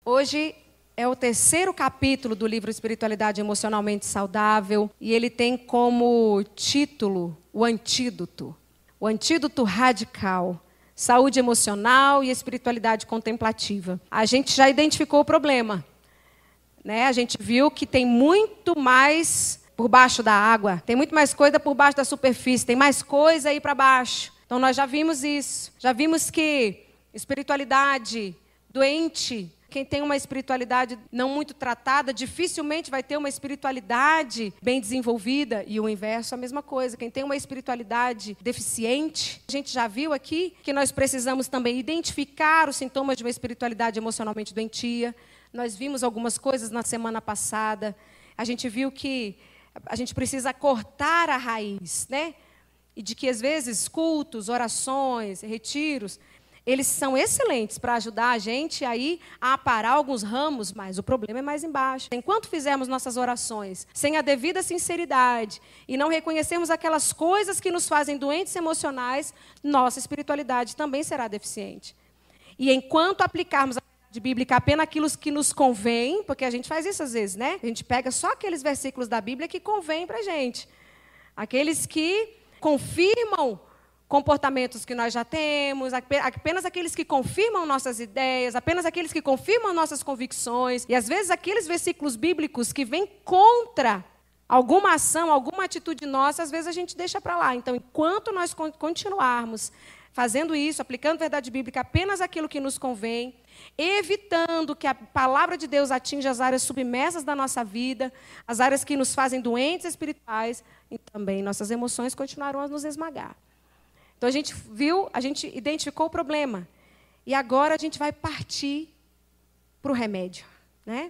Hoje é o terceiro capítulo do livro Espiritualidade Emocionalmente Saudável e ele tem como título o antídoto radical, saúde emocional e espiritualidade contemplativa. A gente já identificou o problema, né? A gente viu que tem muito mais por baixo da água, tem muito mais coisa por baixo da superfície, tem mais coisa aí para baixo. Então nós já vimos isso, já vimos que espiritualidade doente, quem tem uma espiritualidade não muito tratada, dificilmente vai ter uma espiritualidade bem desenvolvida. E o inverso é a mesma coisa. Quem tem uma espiritualidade deficiente, a gente já viu aqui que nós precisamos também identificar os sintomas de uma espiritualidade emocionalmente doentia. Nós vimos algumas coisas na semana passada. A gente viu que a gente precisa cortar a raiz, né? E de que às vezes cultos, orações, retiros, eles são excelentes para ajudar a gente aí a aparar alguns ramos, mas o problema é mais embaixo. Enquanto fizermos nossas orações sem a devida sinceridade e não reconhecermos aquelas coisas que nos fazem doentes emocionais, nossa espiritualidade também será deficiente. E enquanto aplicarmos a verdade bíblica apenas aquilo que nos convém, porque a gente faz isso às vezes, né? A gente pega só aqueles versículos da Bíblia que convêm para a gente. Aqueles que confirmam comportamentos que nós já temos, apenas aqueles que confirmam nossas ideias, apenas aqueles que confirmam nossas convicções. E às vezes aqueles versículos bíblicos que vêm contra alguma ação, alguma atitude nossa, às vezes a gente deixa para lá. Então, enquanto nós continuarmos fazendo isso, aplicando verdade bíblica apenas aquilo que nos convém, evitando que a palavra de Deus atinja as áreas submersas da nossa vida, as áreas que nos fazem doentes espirituais, e também nossas emoções continuarão a nos esmagar. Então, a gente identificou o problema. E agora a gente vai partir para o remédio, né?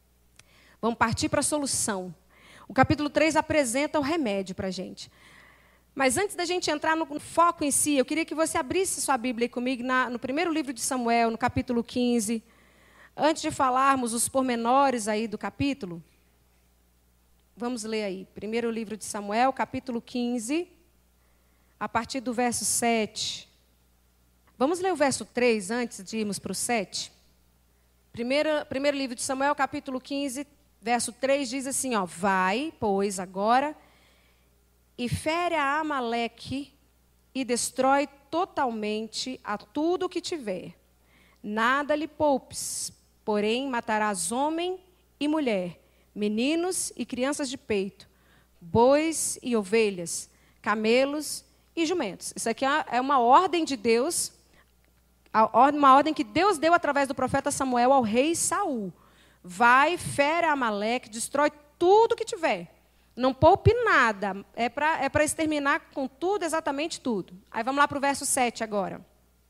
Vamos partir para a solução. O capítulo 3 apresenta o remédio para a gente. Mas antes da gente entrar no foco em si, eu queria que você abrisse sua Bíblia comigo no primeiro livro de Samuel, no capítulo 15. Antes de falarmos os pormenores aí do capítulo, vamos ler aí. Primeiro livro de Samuel, capítulo 15. A partir do verso 7. Vamos ler o verso 3 antes de irmos para o 7? Primeiro livro de Samuel, capítulo 15, verso 3, diz assim, ó: vai, pois, agora, e fere a Amaleque, e destrói totalmente a tudo o que tiver. Nada lhe poupes, porém matarás homem e mulher, meninos e crianças de peito, bois e ovelhas, camelos e jumentos. Isso aqui é uma ordem de Deus, uma ordem que Deus deu através do profeta Samuel ao rei Saul. Vai, fere a Amaleque, destrói tudo que tiver. Não poupe nada. É para exterminar com tudo, exatamente tudo. Aí vamos lá para o verso 7 agora.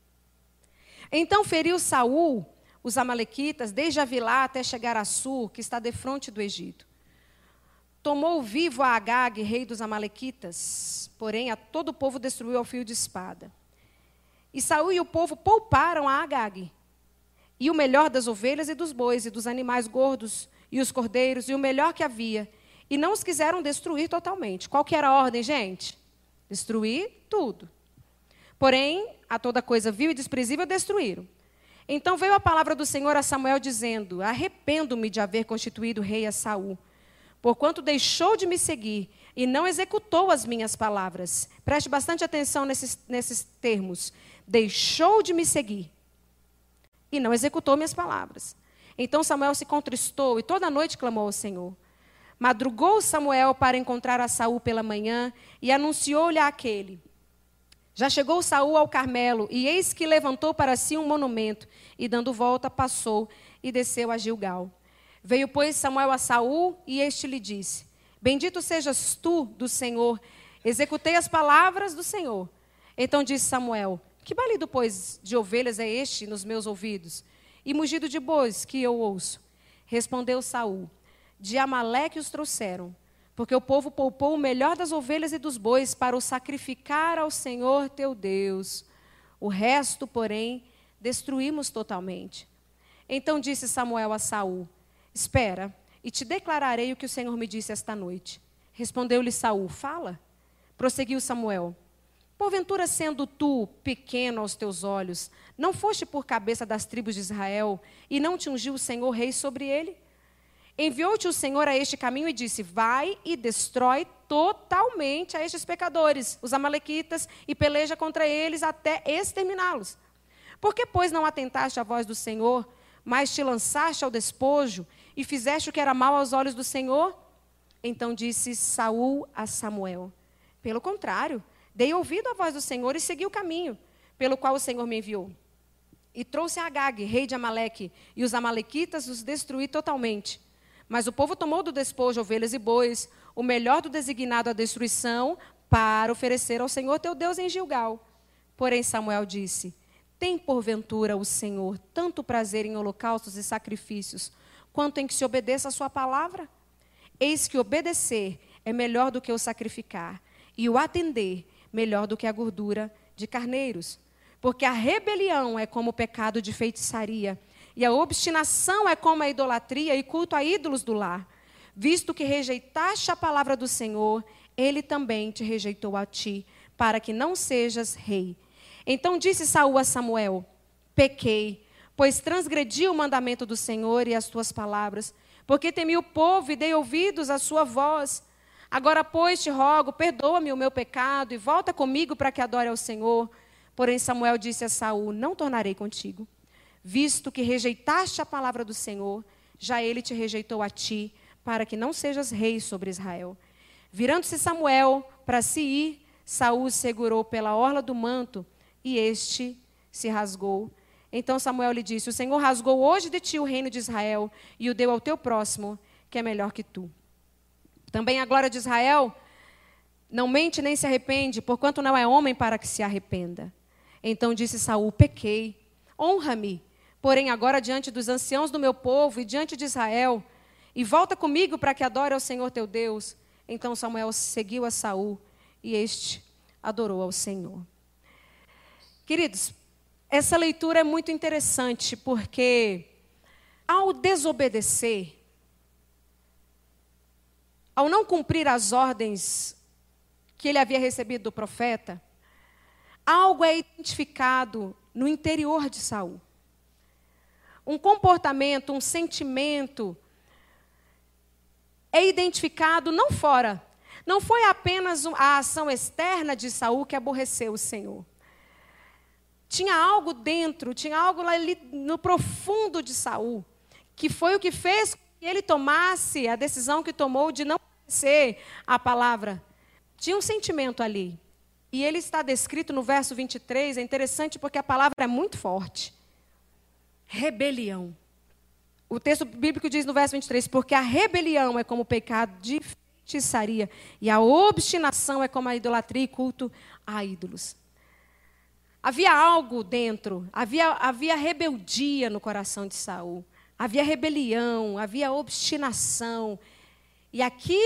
Então feriu Saul os amalequitas, desde Avilá até chegar a Sur, que está defronte do Egito. Tomou vivo a Agag, rei dos amalequitas, porém a todo o povo destruiu ao fio de espada. E Saul e o povo pouparam a Agag, e o melhor das ovelhas e dos bois, e dos animais gordos, e os cordeiros, e o melhor que havia, e não os quiseram destruir totalmente. Qual que era a ordem, gente? Destruir tudo. Porém, a toda coisa vil e desprezível destruíram. Então veio a palavra do Senhor a Samuel, dizendo: arrependo-me de haver constituído rei a Saul, porquanto deixou de me seguir e não executou as minhas palavras. Preste bastante atenção nesses termos. Deixou de me seguir e não executou minhas palavras. Então Samuel se contristou e toda noite clamou ao Senhor. Madrugou Samuel para encontrar a Saul pela manhã e anunciou-lhe àquele: já chegou Saul ao Carmelo, e eis que levantou para si um monumento, e dando volta passou e desceu a Gilgal. Veio, pois, Samuel a Saul, e este lhe disse: bendito sejas tu do Senhor, executei as palavras do Senhor. Então disse Samuel: que balido, pois, de ovelhas é este nos meus ouvidos? E mugido de bois que eu ouço? Respondeu Saul: de Amaleque os trouxeram, porque o povo poupou o melhor das ovelhas e dos bois para o sacrificar ao Senhor teu Deus. O resto, porém, destruímos totalmente. Então disse Samuel a Saul: espera, e te declararei o que o Senhor me disse esta noite. Respondeu-lhe Saul: fala. Prosseguiu Samuel: Porventura, sendo tu pequeno aos teus olhos, não foste por cabeça das tribos de Israel, e não te ungiu o Senhor rei sobre ele? Enviou-te o Senhor a este caminho e disse, vai e destrói totalmente a estes pecadores, os amalequitas, e peleja contra eles até exterminá-los. Por que, pois, não atentaste à voz do Senhor, mas te lançaste ao despojo, e fizeste o que era mal aos olhos do Senhor? Então disse Saul a Samuel, pelo contrário, dei ouvido à voz do Senhor e segui o caminho, pelo qual o Senhor me enviou. E trouxe a Agag, rei de Amaleque, e os amalequitas os destruí totalmente. Mas o povo tomou do despojo ovelhas e bois, o melhor do designado à destruição, para oferecer ao Senhor teu Deus em Gilgal. Porém Samuel disse, tem porventura o Senhor tanto prazer em holocaustos e sacrifícios, quanto em que se obedeça a sua palavra? Eis que obedecer é melhor do que o sacrificar, e o atender melhor do que a gordura de carneiros. Porque a rebelião é como o pecado de feitiçaria, e a obstinação é como a idolatria e culto a ídolos do lar. Visto que rejeitaste a palavra do Senhor, ele também te rejeitou a ti, para que não sejas rei. Então disse Saul a Samuel, pequei, pois transgredi o mandamento do Senhor e as tuas palavras, porque temi o povo e dei ouvidos à sua voz. Agora, pois, te rogo, perdoa-me o meu pecado e volta comigo para que adore ao Senhor. Porém, Samuel disse a Saul, não tornarei contigo, visto que rejeitaste a palavra do Senhor, já ele te rejeitou a ti, para que não sejas rei sobre Israel. Virando-se Samuel para se ir, Saul o segurou pela orla do manto, e este se rasgou. Então Samuel lhe disse, o Senhor rasgou hoje de ti o reino de Israel, e o deu ao teu próximo, que é melhor que tu. Também a glória de Israel não mente nem se arrepende, porquanto não é homem para que se arrependa. Então disse Saul, pequei, honra-me, porém agora diante dos anciãos do meu povo e diante de Israel, e volta comigo para que adore ao Senhor teu Deus. Então Samuel seguiu a Saul, e este adorou ao Senhor. Queridos, essa leitura é muito interessante, porque ao desobedecer, ao não cumprir as ordens que ele havia recebido do profeta, algo é identificado no interior de Saul. Um comportamento, um sentimento é identificado não fora. Não foi apenas a ação externa de Saul que aborreceu o Senhor. Tinha algo dentro, tinha algo ali no profundo de Saul, que foi o que fez com que ele tomasse a decisão que tomou de não obedecer a palavra. Tinha um sentimento ali. E ele está descrito no verso 23, é interessante porque a palavra é muito forte. Rebelião. O texto bíblico diz no verso 23, porque a rebelião é como o pecado de feitiçaria, e a obstinação é como a idolatria e culto a ídolos. Havia algo dentro, havia rebeldia no coração de Saul, havia rebelião, havia obstinação. E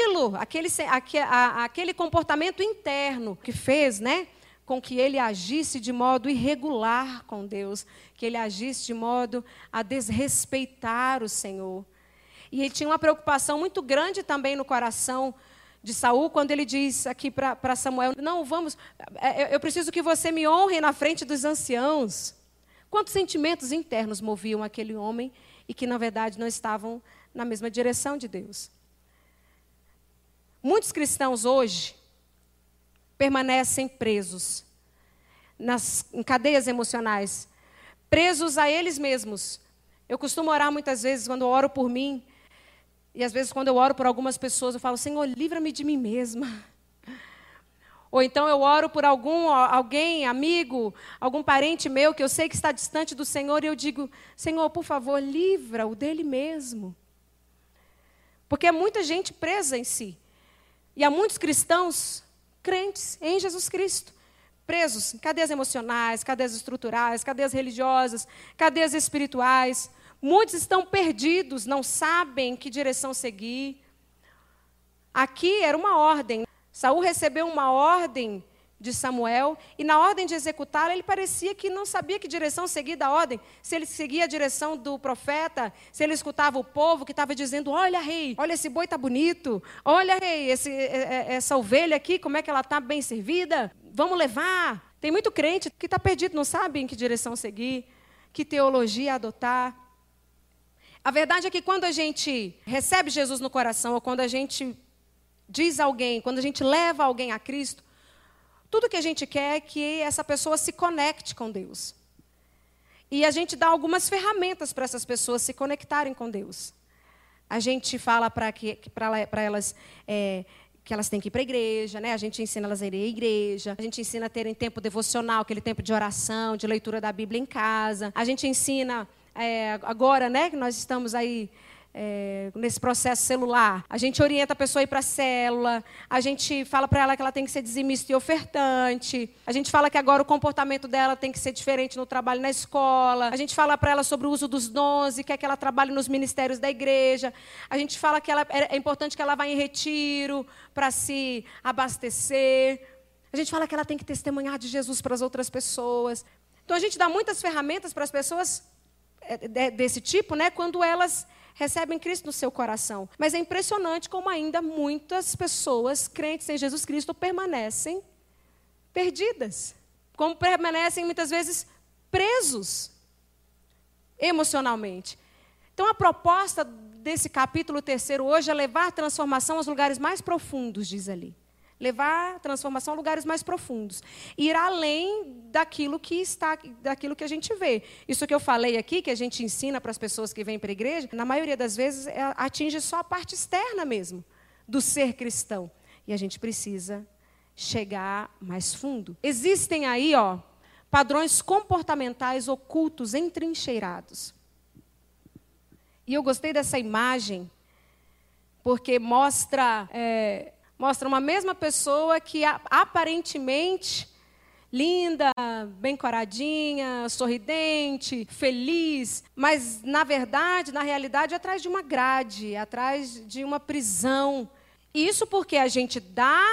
aquele comportamento interno que fez, com que ele agisse de modo irregular com Deus, que ele agisse de modo a desrespeitar o Senhor. E ele tinha uma preocupação muito grande também no coração de Saul, quando ele diz aqui para Samuel, não, eu preciso que você me honre na frente dos anciãos. Quantos sentimentos internos moviam aquele homem e que, na verdade, não estavam na mesma direção de Deus. Muitos cristãos hoje permanecem presos em cadeias emocionais, presos a eles mesmos. Eu costumo orar muitas vezes, quando eu oro por mim, e às vezes quando eu oro por algumas pessoas, eu falo, Senhor, livra-me de mim mesma. Ou então eu oro por alguém, amigo, algum parente meu, que eu sei que está distante do Senhor, e eu digo, Senhor, por favor, livra-o dele mesmo. Porque há muita gente presa em si. E há muitos cristãos crentes em Jesus Cristo, presos em cadeias emocionais, cadeias estruturais, cadeias religiosas, cadeias espirituais. Muitos estão perdidos, não sabem que direção seguir. Aqui era uma ordem. Saul recebeu uma ordem de Samuel, e na ordem de executá-la, ele parecia que não sabia que direção seguir da ordem. Se ele seguia a direção do profeta, se ele escutava o povo que estava dizendo, olha, rei, olha, esse boi está bonito, olha, rei, essa ovelha aqui, como é que ela está bem servida. vamos levar. Tem muito crente que está perdido, não sabe em que direção seguir, que teologia adotar. A verdade é que quando a gente recebe Jesus no coração, ou quando a gente diz a alguém, quando a gente leva alguém a Cristo, tudo que a gente quer é que essa pessoa se conecte com Deus. E a gente dá algumas ferramentas para essas pessoas se conectarem com Deus. A gente fala para elas que elas têm que ir para a igreja, né? A gente ensina elas a irem à igreja, a gente ensina a terem tempo devocional, aquele tempo de oração, de leitura da Bíblia em casa. A gente ensina, agora, né, que nós estamos aí nesse processo celular, a gente orienta a pessoa a ir para a célula, a gente fala para ela que ela tem que ser dizimista e ofertante, a gente fala que agora o comportamento dela tem que ser diferente no trabalho na escola, a gente fala para ela sobre o uso dos dons e quer que ela trabalhe nos ministérios da igreja, a gente fala que é importante que ela vá em retiro para se abastecer, a gente fala que ela tem que testemunhar de Jesus para as outras pessoas. Então a gente dá muitas ferramentas para as pessoas desse tipo, né, quando elas recebem Cristo no seu coração. Mas é impressionante como ainda muitas pessoas crentes em Jesus Cristo permanecem perdidas. Como permanecem muitas vezes presos emocionalmente. Então a proposta desse capítulo 3 hoje é levar a transformação aos lugares mais profundos, diz ali. Levar a transformação a lugares mais profundos. Ir além daquilo que a gente vê. Isso que eu falei aqui, que a gente ensina para as pessoas que vêm para a igreja, na maioria das vezes atinge só a parte externa mesmo do ser cristão. E a gente precisa chegar mais fundo. Existem aí, padrões comportamentais ocultos, entrincheirados. E eu gostei dessa imagem, porque mostra uma mesma pessoa que aparentemente linda, bem coradinha, sorridente, feliz, mas na verdade, na realidade, atrás de uma grade, atrás de uma prisão. E isso porque a gente dá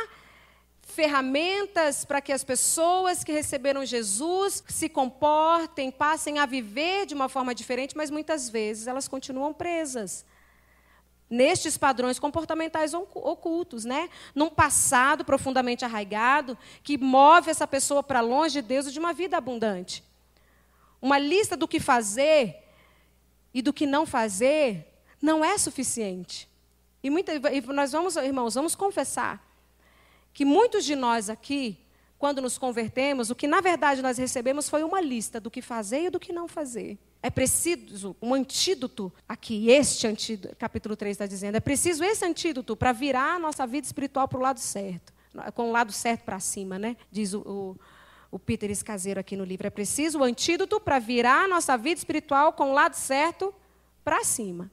ferramentas para que as pessoas que receberam Jesus se comportem, passem a viver de uma forma diferente, mas muitas vezes elas continuam presas nestes padrões comportamentais ocultos, né? Num passado profundamente arraigado, que move essa pessoa para longe de Deus e de uma vida abundante. Uma lista do que fazer e do que não fazer não é suficiente. E nós vamos confessar que muitos de nós aqui, quando nos convertemos, o que na verdade nós recebemos foi uma lista do que fazer e do que não fazer. É preciso um antídoto aqui, capítulo 3 está dizendo, é preciso esse antídoto para virar a nossa vida espiritual para o lado certo, com o lado certo para cima, né? Diz o Peter Escaseiro aqui no livro. É preciso o antídoto para virar a nossa vida espiritual com o lado certo para cima.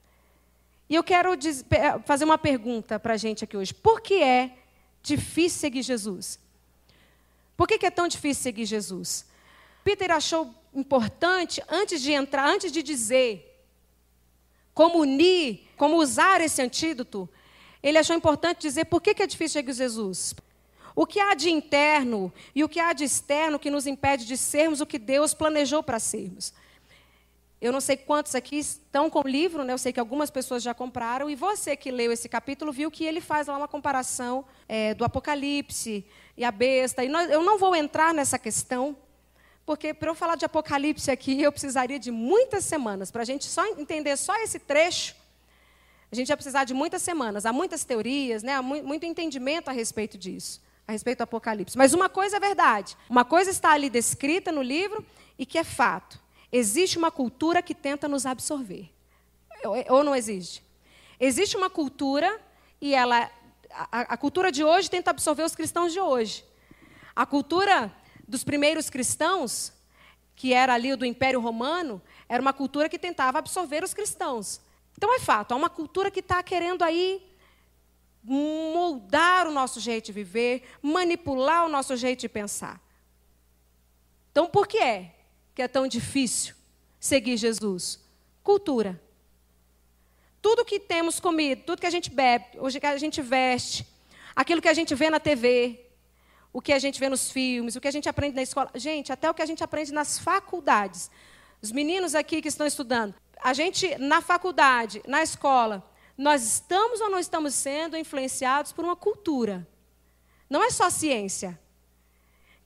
E eu quero fazer uma pergunta para a gente aqui hoje. Por que é difícil seguir Jesus? Por que é tão difícil seguir Jesus? Peter achou importante, antes de dizer como unir, como usar esse antídoto, ele achou importante dizer por que é difícil seguir Jesus. O que há de interno e o que há de externo que nos impede de sermos o que Deus planejou para sermos. Eu não sei quantos aqui estão com o livro, né? Eu sei que algumas pessoas já compraram, e você que leu esse capítulo viu que ele faz lá uma comparação do Apocalipse e a besta. Eu não vou entrar nessa questão, porque para eu falar de Apocalipse aqui, eu precisaria de muitas semanas. Para a gente só entender só esse trecho, a gente vai precisar de muitas semanas. Há muitas teorias, né? Há muito entendimento a respeito disso, a respeito do Apocalipse. Mas uma coisa é verdade. Uma coisa está ali descrita no livro e que é fato. Existe uma cultura que tenta nos absorver. Ou não existe? Existe uma cultura e a cultura de hoje tenta absorver os cristãos de hoje. A cultura dos primeiros cristãos, que era ali o do Império Romano, era uma cultura que tentava absorver os cristãos. Então é fato, há uma cultura que está querendo aí moldar o nosso jeito de viver, manipular o nosso jeito de pensar. Então por que é tão difícil seguir Jesus? Cultura. Tudo que temos comido, tudo que a gente bebe, hoje que a gente veste, aquilo que a gente vê na TV, o que a gente vê nos filmes, o que a gente aprende na escola. Gente, até o que a gente aprende nas faculdades. Os meninos aqui que estão estudando, a gente, na faculdade, na escola, nós estamos ou não estamos sendo influenciados por uma cultura. Não é só ciência.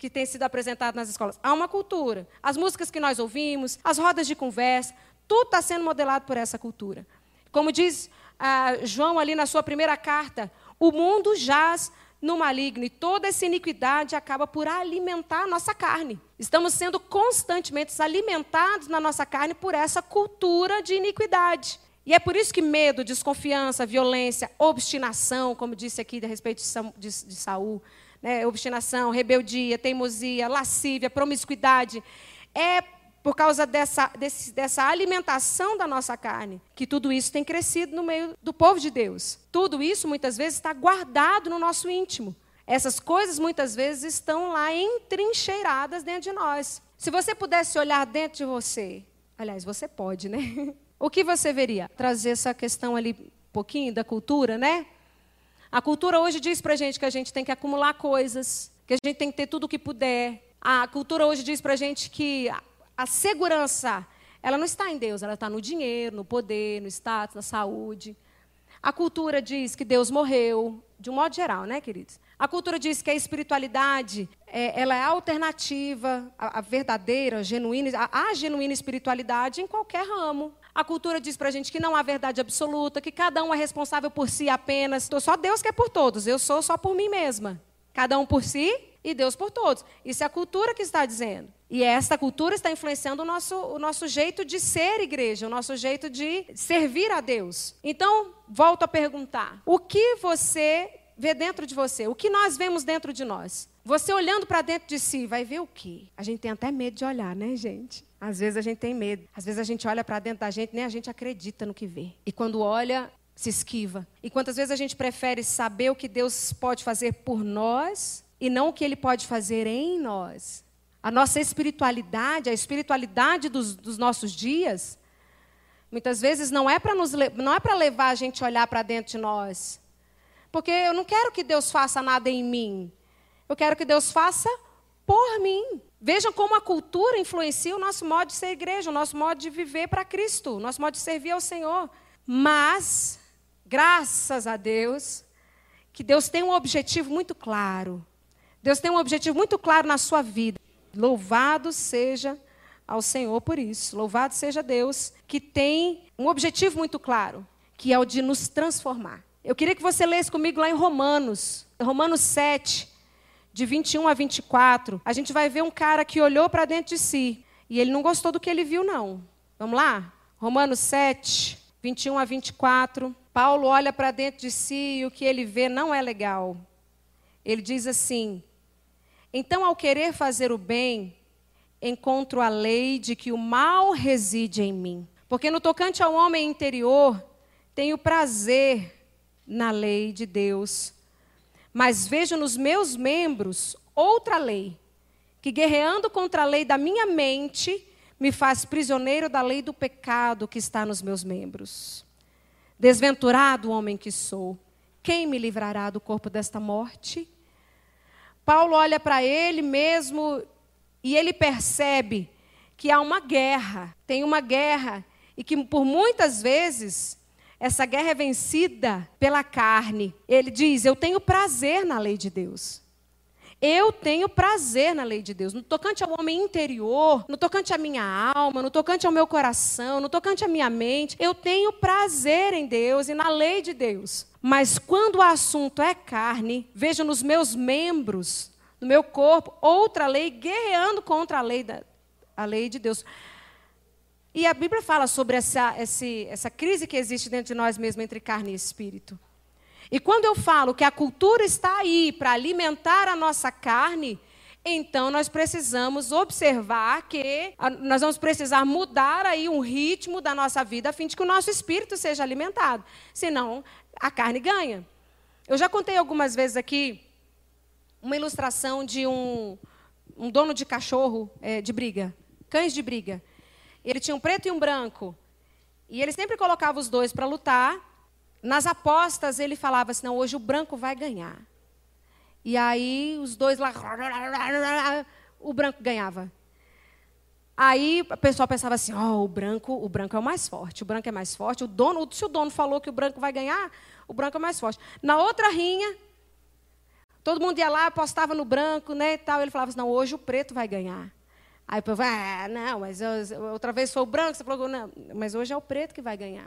que tem sido apresentado nas escolas. Há uma cultura. As músicas que nós ouvimos, as rodas de conversa, tudo está sendo modelado por essa cultura. Como diz João ali na sua primeira carta, o mundo jaz no maligno e toda essa iniquidade acaba por alimentar a nossa carne. Estamos sendo constantemente alimentados na nossa carne por essa cultura de iniquidade. E é por isso que medo, desconfiança, violência, obstinação, como disse aqui a respeito de Saul, né, obstinação, rebeldia, teimosia, lascívia, promiscuidade, é por causa dessa alimentação da nossa carne, que tudo isso tem crescido no meio do povo de Deus. Tudo isso, muitas vezes, está guardado no nosso íntimo. Essas coisas, muitas vezes, estão lá entrincheiradas dentro de nós. Se você pudesse olhar dentro de você, aliás, você pode, né? O que você veria? Trazer essa questão ali, um pouquinho da cultura, né? A cultura hoje diz para a gente que a gente tem que acumular coisas, que a gente tem que ter tudo o que puder. A cultura hoje diz para a gente que a segurança, ela não está em Deus, ela está no dinheiro, no poder, no status, na saúde. A cultura diz que Deus morreu, de um modo geral, né, queridos? A cultura diz que a espiritualidade, ela é alternativa, a verdadeira, a genuína espiritualidade em qualquer ramo. A cultura diz para a gente que não há verdade absoluta, que cada um é responsável por si apenas. Só Deus que é por todos, eu sou só por mim mesma. Cada um por si e Deus por todos. Isso é a cultura que está dizendo. E esta cultura está influenciando o nosso jeito de ser igreja, o nosso jeito de servir a Deus. Então, volto a perguntar, o que você vê dentro de você? O que nós vemos dentro de nós? Você olhando para dentro de si, vai ver o quê? A gente tem até medo de olhar, né, gente? Às vezes a gente tem medo. Às vezes a gente olha para dentro da gente, nem a gente acredita no que vê. E quando olha, se esquiva. E quantas vezes a gente prefere saber o que Deus pode fazer por nós e não o que Ele pode fazer em nós. A nossa espiritualidade, a espiritualidade dos nossos dias, muitas vezes não é para levar a gente a olhar para dentro de nós. Porque eu não quero que Deus faça nada em mim. Eu quero que Deus faça por mim. Vejam como a cultura influencia o nosso modo de ser igreja, o nosso modo de viver para Cristo, o nosso modo de servir ao Senhor. Mas, graças a Deus, que Deus tem um objetivo muito claro. Deus tem um objetivo muito claro na sua vida. Louvado seja ao Senhor por isso. Louvado seja Deus, que tem um objetivo muito claro, que é o de nos transformar. Eu queria que você lesse comigo lá em Romanos 7, de 21 a 24. A gente vai ver um cara que olhou para dentro de si, e ele não gostou do que ele viu, não. Vamos lá? Romanos 7, 21 a 24. Paulo olha para dentro de si e o que ele vê não é legal. Ele diz assim: então, ao querer fazer o bem, encontro a lei de que o mal reside em mim. Porque no tocante ao homem interior, tenho prazer na lei de Deus. Mas vejo nos meus membros outra lei, que guerreando contra a lei da minha mente, me faz prisioneiro da lei do pecado que está nos meus membros. Desventurado homem que sou, quem me livrará do corpo desta morte? Paulo olha para ele mesmo e ele percebe que há uma guerra, tem uma guerra, e que por muitas vezes essa guerra é vencida pela carne. Ele diz: eu tenho prazer na lei de Deus. Eu tenho prazer na lei de Deus. No tocante ao homem interior, no tocante à minha alma, no tocante ao meu coração, no tocante à minha mente, eu tenho prazer em Deus e na lei de Deus. Mas quando o assunto é carne, vejo nos meus membros, no meu corpo, outra lei guerreando contra a lei de Deus. E a Bíblia fala sobre essa crise que existe dentro de nós mesmos entre carne e espírito. E quando eu falo que a cultura está aí para alimentar a nossa carne, então nós precisamos observar que nós vamos precisar mudar aí um ritmo da nossa vida a fim de que o nosso espírito seja alimentado. Senão, a carne ganha. Eu já contei algumas vezes aqui uma ilustração de um dono de cachorro de briga, cães de briga. Ele tinha um preto e um branco. E ele sempre colocava os dois para lutar. Nas apostas, ele falava assim: não, hoje o branco vai ganhar. E aí, os dois lá, o branco ganhava. Aí, o pessoal pensava assim: o branco é o mais forte, o branco é mais forte. Se o dono falou que o branco vai ganhar, o branco é mais forte. Na outra rinha, Todo mundo ia lá, apostava no branco, né, e tal. Ele falava assim, não, hoje o preto vai ganhar. Aí o povo, não, mas outra vez foi o branco. Você falou, não, mas hoje é o preto que vai ganhar.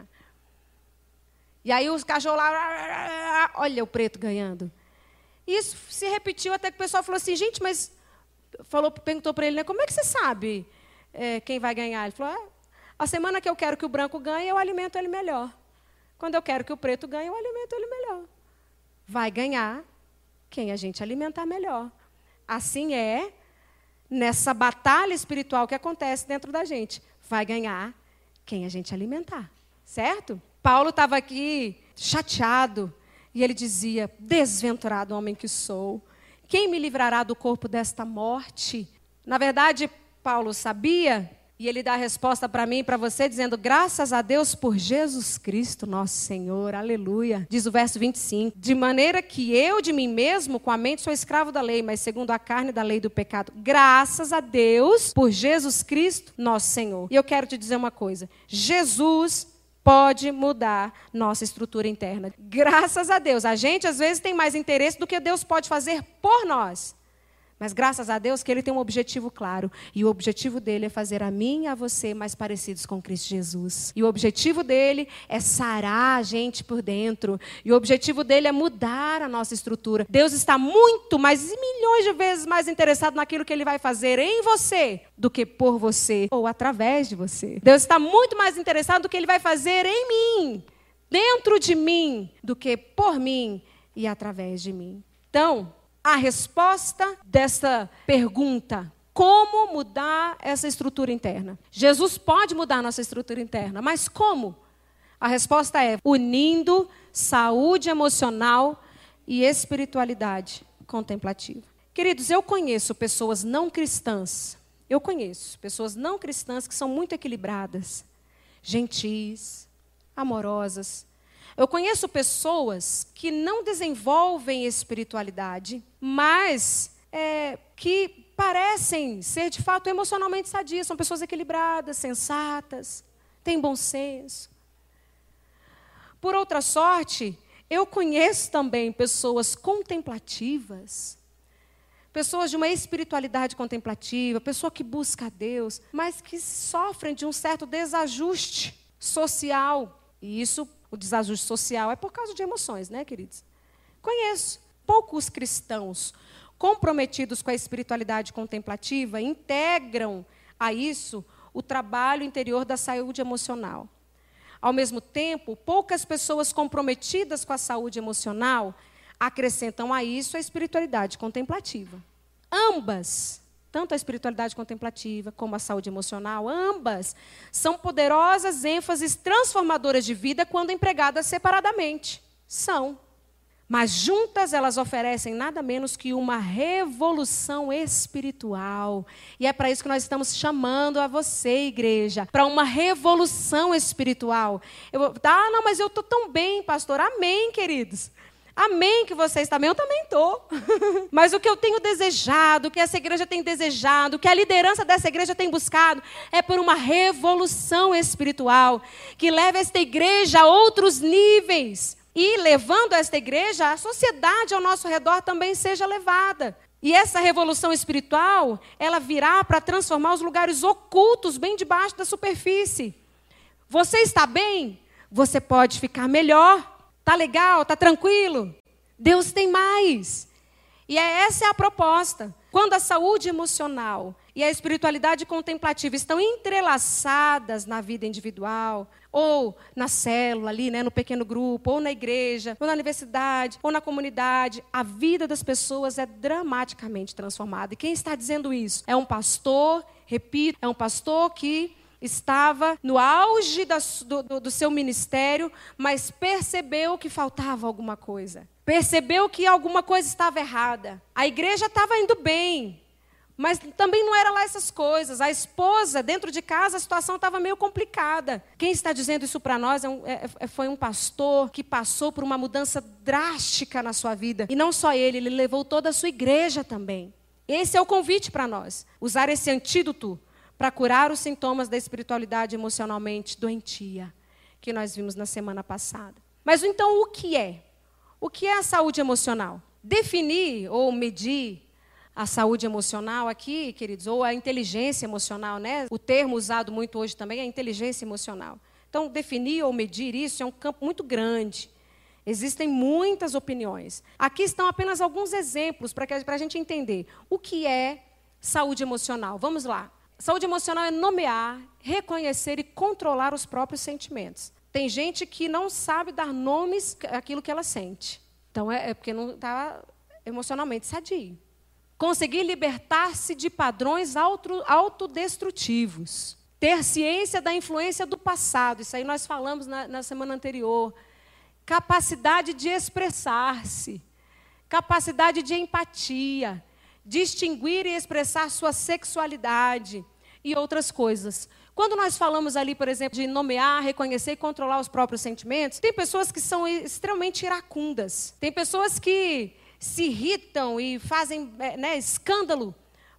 E aí os cachorros lá, olha o preto ganhando. Isso se repetiu até que o pessoal falou assim, gente, mas... perguntou para ele, né, como é que você sabe quem vai ganhar? Ele falou, a semana que eu quero que o branco ganhe, eu alimento ele melhor. Quando eu quero que o preto ganhe, eu alimento ele melhor. Vai ganhar quem a gente alimentar melhor. Assim é nessa batalha espiritual que acontece dentro da gente. Vai ganhar quem a gente alimentar, certo? Paulo estava aqui chateado e ele dizia, desventurado homem que sou, quem me livrará do corpo desta morte? Na verdade, Paulo sabia, e ele dá a resposta para mim e para você, dizendo, graças a Deus por Jesus Cristo, nosso Senhor, aleluia. Diz o verso 25, de maneira que eu de mim mesmo, com a mente, sou escravo da lei, mas segundo a carne da lei do pecado. Graças a Deus por Jesus Cristo, nosso Senhor. E eu quero te dizer uma coisa, Jesus pode mudar nossa estrutura interna. Graças a Deus. A gente, às vezes, tem mais interesse do que Deus pode fazer por nós. Mas, graças a Deus, que Ele tem um objetivo claro. E o objetivo dele é fazer a mim e a você mais parecidos com Cristo Jesus. E o objetivo dele é sarar a gente por dentro. E o objetivo dele é mudar a nossa estrutura. Deus está muito, mas milhões de vezes mais interessado naquilo que Ele vai fazer em você do que por você ou através de você. Deus está muito mais interessado no que Ele vai fazer em mim, dentro de mim, do que por mim e através de mim. Então, a resposta dessa pergunta, como mudar essa estrutura interna? Jesus pode mudar a nossa estrutura interna, mas como? A resposta é unindo saúde emocional e espiritualidade contemplativa. Queridos, eu conheço pessoas não cristãs, que são muito equilibradas, gentis, amorosas. Eu conheço pessoas que não desenvolvem espiritualidade, mas que parecem ser, de fato, emocionalmente sadias. São pessoas equilibradas, sensatas, têm bom senso. Por outra sorte, eu conheço também pessoas contemplativas, pessoas de uma espiritualidade contemplativa, pessoa que busca a Deus, mas que sofrem de um certo desajuste social. E isso, o desajuste social, é por causa de emoções, né, queridos? Conheço poucos cristãos comprometidos com a espiritualidade contemplativa integram a isso o trabalho interior da saúde emocional. Ao mesmo tempo, poucas pessoas comprometidas com a saúde emocional acrescentam a isso a espiritualidade contemplativa. Ambas, tanto a espiritualidade contemplativa como a saúde emocional, ambas são poderosas ênfases transformadoras de vida quando empregadas separadamente. São. Mas juntas elas oferecem nada menos que uma revolução espiritual. E é para isso que nós estamos chamando a você, igreja, para uma revolução espiritual. Não, mas eu estou tão bem, pastor. Amém, queridos. Amém que você está bem, eu também estou. Mas o que eu tenho desejado, o que essa igreja tem desejado, o que a liderança dessa igreja tem buscado, é por uma revolução espiritual, que leve esta igreja a outros níveis. E levando esta igreja, a sociedade ao nosso redor também seja levada. E essa revolução espiritual, ela virá para transformar os lugares ocultos bem debaixo da superfície. Você está bem? Você pode ficar melhor. Está legal? Está tranquilo? Deus tem mais. E essa é a proposta. Quando a saúde emocional e a espiritualidade contemplativa estão entrelaçadas na vida individual, ou na célula ali, né, no pequeno grupo, ou na igreja, ou na universidade, ou na comunidade, a vida das pessoas é dramaticamente transformada. E quem está dizendo isso? É um pastor, repito, é um pastor que estava no auge do seu ministério, mas percebeu que faltava alguma coisa. Percebeu que alguma coisa estava errada. A igreja estava indo bem, mas também não era lá essas coisas. A esposa, dentro de casa, a situação estava meio complicada. Quem está dizendo isso para nós foi um pastor que passou por uma mudança drástica na sua vida. E não só ele levou toda a sua igreja também. Esse é o convite para nós. Usar esse antídoto para curar os sintomas da espiritualidade emocionalmente doentia, que nós vimos na semana passada. Mas então o que é? O que é a saúde emocional? Definir ou medir a saúde emocional aqui, queridos, ou a inteligência emocional, né? O termo usado muito hoje também é inteligência emocional. Então, definir ou medir isso é um campo muito grande. Existem muitas opiniões. Aqui estão apenas alguns exemplos para a gente entender o que é saúde emocional. Vamos lá. Saúde emocional é nomear, reconhecer e controlar os próprios sentimentos. Tem gente que não sabe dar nomes àquilo que ela sente. Então, é porque não está emocionalmente sadio. Conseguir libertar-se de padrões autodestrutivos. Ter ciência da influência do passado. Isso aí nós falamos na semana anterior. Capacidade de expressar-se. Capacidade de empatia. Distinguir e expressar sua sexualidade. E outras coisas. Quando nós falamos ali, por exemplo, de nomear, reconhecer e controlar os próprios sentimentos, tem pessoas que são extremamente iracundas. Tem pessoas que se irritam e fazem escândalo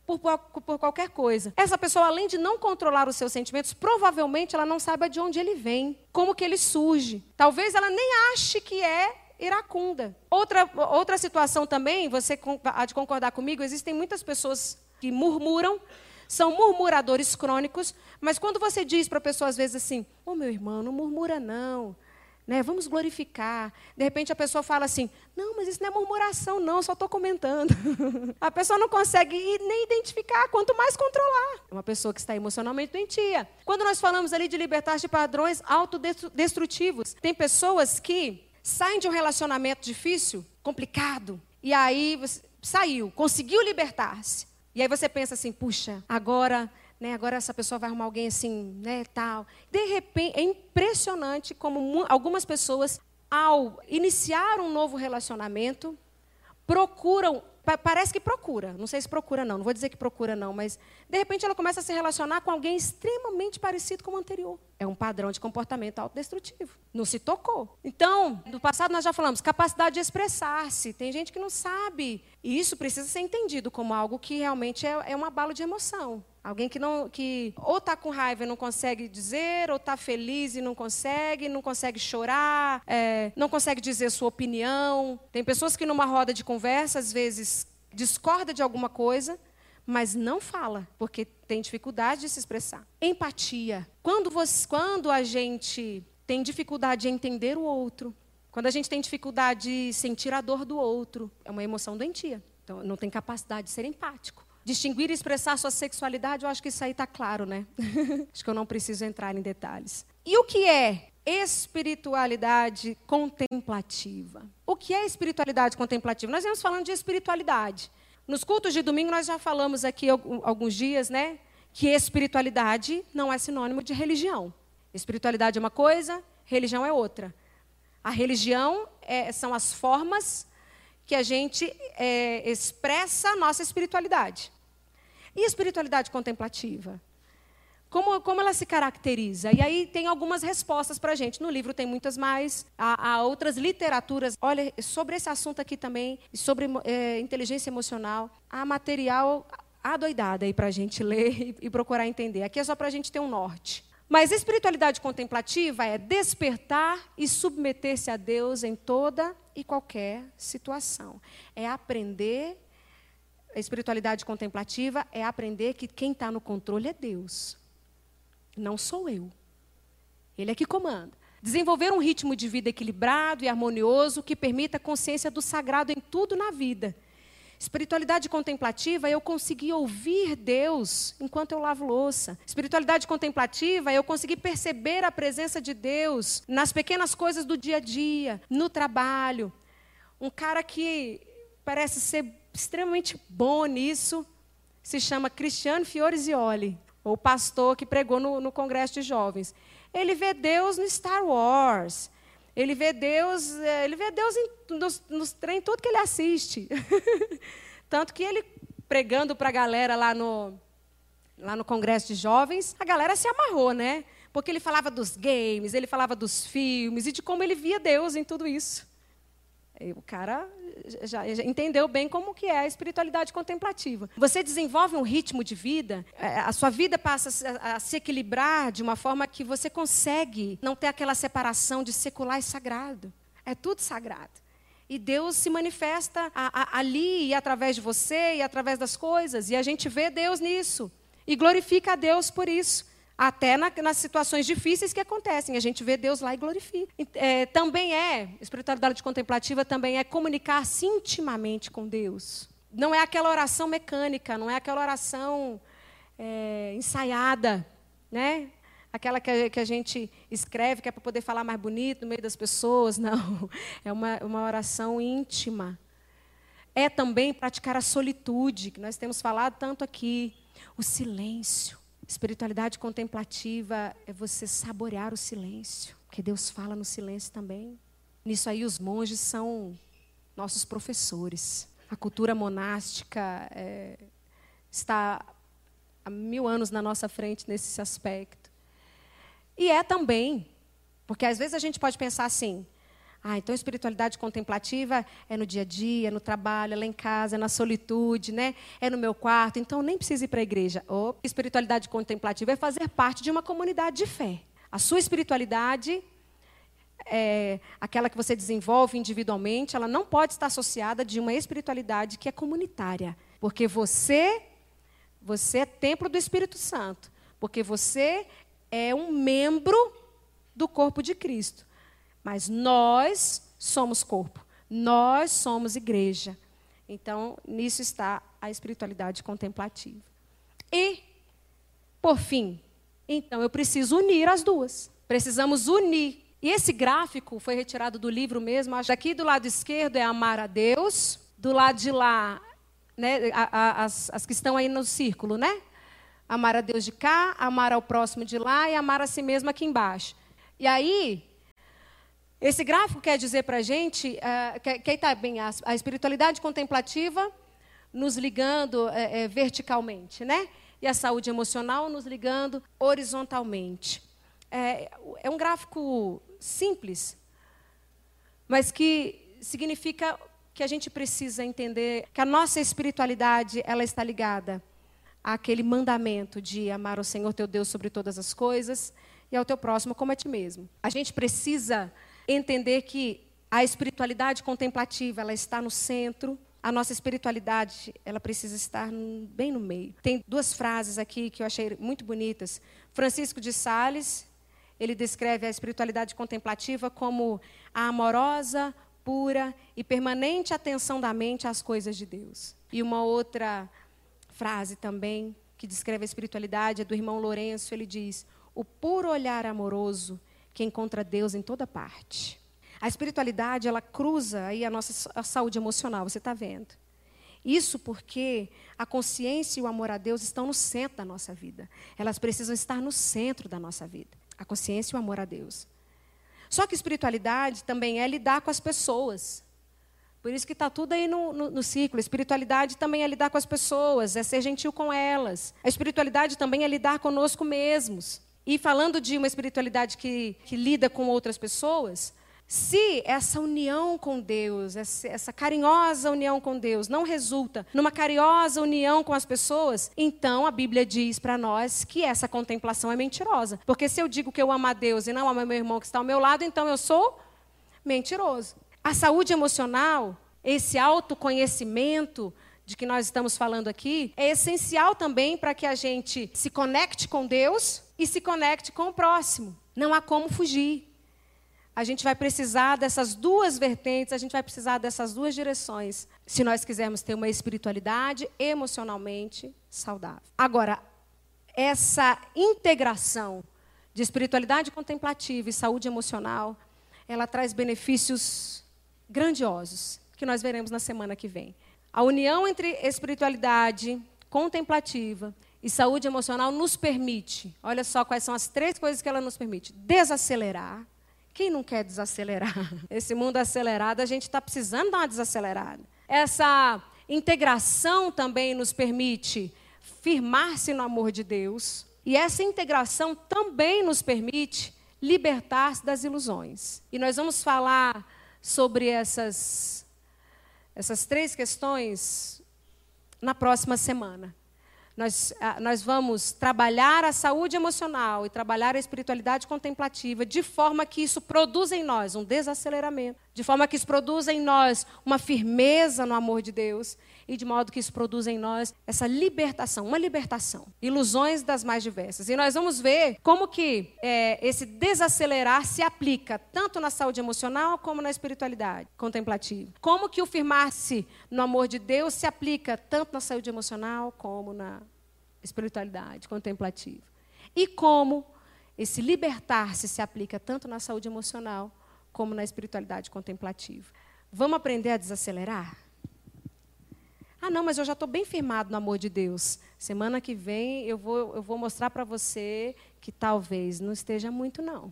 por qualquer coisa. Essa pessoa, além de não controlar os seus sentimentos, provavelmente ela não saiba de onde ele vem, como que ele surge. Talvez ela nem ache que é iracunda. Outra situação também, você há de concordar comigo, existem muitas pessoas que murmuram, são murmuradores crônicos, mas quando você diz para a pessoa, às vezes, assim, ô meu irmão, não murmura não, né? Vamos glorificar. De repente a pessoa fala assim, não, mas isso não é murmuração não, só estou comentando. A pessoa não consegue nem identificar, quanto mais controlar. É uma pessoa que está emocionalmente doentia. Quando nós falamos ali de libertar de padrões autodestrutivos, tem pessoas que saem de um relacionamento difícil, complicado, e aí você saiu, conseguiu libertar-se. E aí você pensa assim, puxa, agora essa pessoa vai arrumar alguém assim, né, tal. De repente, é impressionante como algumas pessoas, ao iniciar um novo relacionamento, procuram, parece que procura, não sei se procura não vou dizer que procura não, mas de repente ela começa a se relacionar com alguém extremamente parecido com o anterior. É um padrão de comportamento autodestrutivo. Não se tocou. Então, no passado nós já falamos, capacidade de expressar-se. Tem gente que não sabe. E isso precisa ser entendido como algo que realmente é um abalo de emoção. Alguém que ou está com raiva e não consegue dizer, ou está feliz e não consegue chorar, não consegue dizer sua opinião. Tem pessoas que numa roda de conversa, às vezes, discorda de alguma coisa, mas não fala, porque tem dificuldade de se expressar. Empatia. Quando a gente tem dificuldade de entender o outro, quando a gente tem dificuldade de sentir a dor do outro, é uma emoção doentia. Então, não tem capacidade de ser empático. Distinguir e expressar sua sexualidade, eu acho que isso aí está claro, né? Acho que eu não preciso entrar em detalhes. E o que é espiritualidade contemplativa? O que é espiritualidade contemplativa? Nós vamos falando de espiritualidade. Nos cultos de domingo, nós já falamos aqui alguns dias, né? Que espiritualidade não é sinônimo de religião. Espiritualidade é uma coisa, religião é outra. A religião são as formas que a gente expressa a nossa espiritualidade. E a espiritualidade contemplativa? Como ela se caracteriza? E aí tem algumas respostas para a gente. No livro tem muitas mais. Há outras literaturas. Olha, sobre esse assunto aqui também, sobre inteligência emocional, há material adoidado aí para a gente ler e procurar entender. Aqui é só para a gente ter um norte. Mas a espiritualidade contemplativa é despertar e submeter-se a Deus em toda e qualquer situação. É aprender, a espiritualidade contemplativa é aprender que quem está no controle é Deus. Não sou eu. Ele é que comanda. Desenvolver um ritmo de vida equilibrado e harmonioso que permita a consciência do sagrado em tudo na vida. Espiritualidade contemplativa é eu conseguir ouvir Deus enquanto eu lavo louça. Espiritualidade contemplativa é eu conseguir perceber a presença de Deus nas pequenas coisas do dia a dia, no trabalho. Um cara que parece ser extremamente bom nisso se chama Cristiano Fiorzioli, o pastor que pregou no Congresso de Jovens. Ele vê Deus no Star Wars. Ele vê Deus em tudo que ele assiste. Tanto que ele, pregando para a galera lá no Congresso de Jovens, a galera se amarrou, né? Porque ele falava dos games, ele falava dos filmes e de como ele via Deus em tudo isso. E o cara já entendeu bem como que é a espiritualidade contemplativa. Você desenvolve um ritmo de vida, a sua vida passa a se equilibrar de uma forma que você consegue não ter aquela separação de secular e sagrado. É tudo sagrado. E Deus se manifesta ali e através de você e através das coisas. E a gente vê Deus nisso. E glorifica a Deus por isso. Até nas situações difíceis que acontecem. A gente vê Deus lá e glorifica. Espiritualidade contemplativa também é comunicar-se intimamente com Deus. Não é aquela oração mecânica, não é aquela oração ensaiada, né? Aquela que a gente escreve, que é para poder falar mais bonito no meio das pessoas. Não, é uma oração íntima. É também praticar a solitude, que nós temos falado tanto aqui. O silêncio. Espiritualidade contemplativa é você saborear o silêncio, porque Deus fala no silêncio também. Nisso aí os monges são nossos professores. A cultura monástica está há 1000 anos na nossa frente nesse aspecto. E é também, porque às vezes a gente pode pensar assim, então espiritualidade contemplativa é no dia a dia, é no trabalho, é lá em casa, é na solitude, né? É no meu quarto, então nem precisa ir para a igreja. Espiritualidade contemplativa é fazer parte de uma comunidade de fé. A sua espiritualidade, aquela que você desenvolve individualmente, ela não pode estar associada de uma espiritualidade que é comunitária. Porque você é templo do Espírito Santo. Porque você é um membro do corpo de Cristo. Mas nós somos corpo, nós somos igreja. Então, nisso está a espiritualidade contemplativa. E, por fim, então eu preciso unir as duas. Precisamos unir. E esse gráfico foi retirado do livro mesmo. Aqui do lado esquerdo é amar a Deus, do lado de lá, né, as que estão aí no círculo, né? Amar a Deus de cá, amar ao próximo de lá e amar a si mesmo aqui embaixo. E aí, esse gráfico quer dizer para a gente que está bem a espiritualidade contemplativa nos ligando verticalmente, né? E a saúde emocional nos ligando horizontalmente. É um gráfico simples, mas que significa que a gente precisa entender que a nossa espiritualidade ela está ligada àquele mandamento de amar o Senhor teu Deus sobre todas as coisas e ao teu próximo como a ti mesmo. A gente precisa entender que a espiritualidade contemplativa ela está no centro, a nossa espiritualidade ela precisa estar bem no meio. Tem 2 frases aqui que eu achei muito bonitas. Francisco de Sales, ele descreve a espiritualidade contemplativa como a amorosa, pura e permanente atenção da mente às coisas de Deus. E uma outra frase também que descreve a espiritualidade é do irmão Lourenço, ele diz: o puro olhar amoroso que encontra Deus em toda parte. A espiritualidade, ela cruza aí a nossa saúde emocional, você está vendo. Isso porque a consciência e o amor a Deus estão no centro da nossa vida. Elas precisam estar no centro da nossa vida. A consciência e o amor a Deus. Só que espiritualidade também é lidar com as pessoas. Por isso que está tudo aí no ciclo. A espiritualidade também é lidar com as pessoas, é ser gentil com elas. A espiritualidade também é lidar conosco mesmos. E falando de uma espiritualidade que lida com outras pessoas, se essa união com Deus, essa carinhosa união com Deus não resulta numa carinhosa união com as pessoas, então a Bíblia diz para nós que essa contemplação é mentirosa. Porque se eu digo que eu amo a Deus e não amo meu irmão que está ao meu lado, então eu sou mentiroso. A saúde emocional, esse autoconhecimento de que nós estamos falando aqui, é essencial também para que a gente se conecte com Deus e se conecte com o próximo. Não há como fugir. A gente vai precisar dessas 2 vertentes, a gente vai precisar dessas 2 direções, se nós quisermos ter uma espiritualidade emocionalmente saudável. Agora, essa integração de espiritualidade contemplativa e saúde emocional, ela traz benefícios grandiosos, que nós veremos na semana que vem. A união entre espiritualidade contemplativa e saúde emocional nos permite, olha só quais são as 3 coisas que ela nos permite: desacelerar. Quem não quer desacelerar? Esse mundo acelerado, a gente está precisando dar uma desacelerada. Essa integração também nos permite firmar-se no amor de Deus. E essa integração também nos permite libertar-se das ilusões. E nós vamos falar sobre essas 3 questões na próxima semana. Nós vamos trabalhar a saúde emocional e trabalhar a espiritualidade contemplativa de forma que isso produza em nós um desaceleramento de forma que isso produza em nós uma firmeza no amor de Deus e de modo que isso produza em nós essa libertação, uma libertação, ilusões das mais diversas. E nós vamos ver como que esse desacelerar se aplica tanto na saúde emocional como na espiritualidade contemplativa. Como que o firmar-se no amor de Deus se aplica tanto na saúde emocional como na espiritualidade contemplativa. E como esse libertar-se se aplica tanto na saúde emocional como na espiritualidade contemplativa. Vamos aprender a desacelerar? Ah, não, mas eu já estou bem firmado no amor de Deus. Semana que vem eu vou mostrar para você que talvez não esteja muito, não.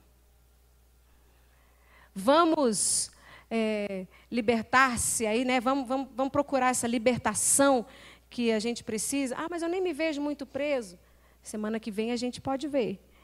Vamos libertar-se aí, né? Vamos procurar essa libertação que a gente precisa. Ah, mas eu nem me vejo muito preso. Semana que vem a gente pode ver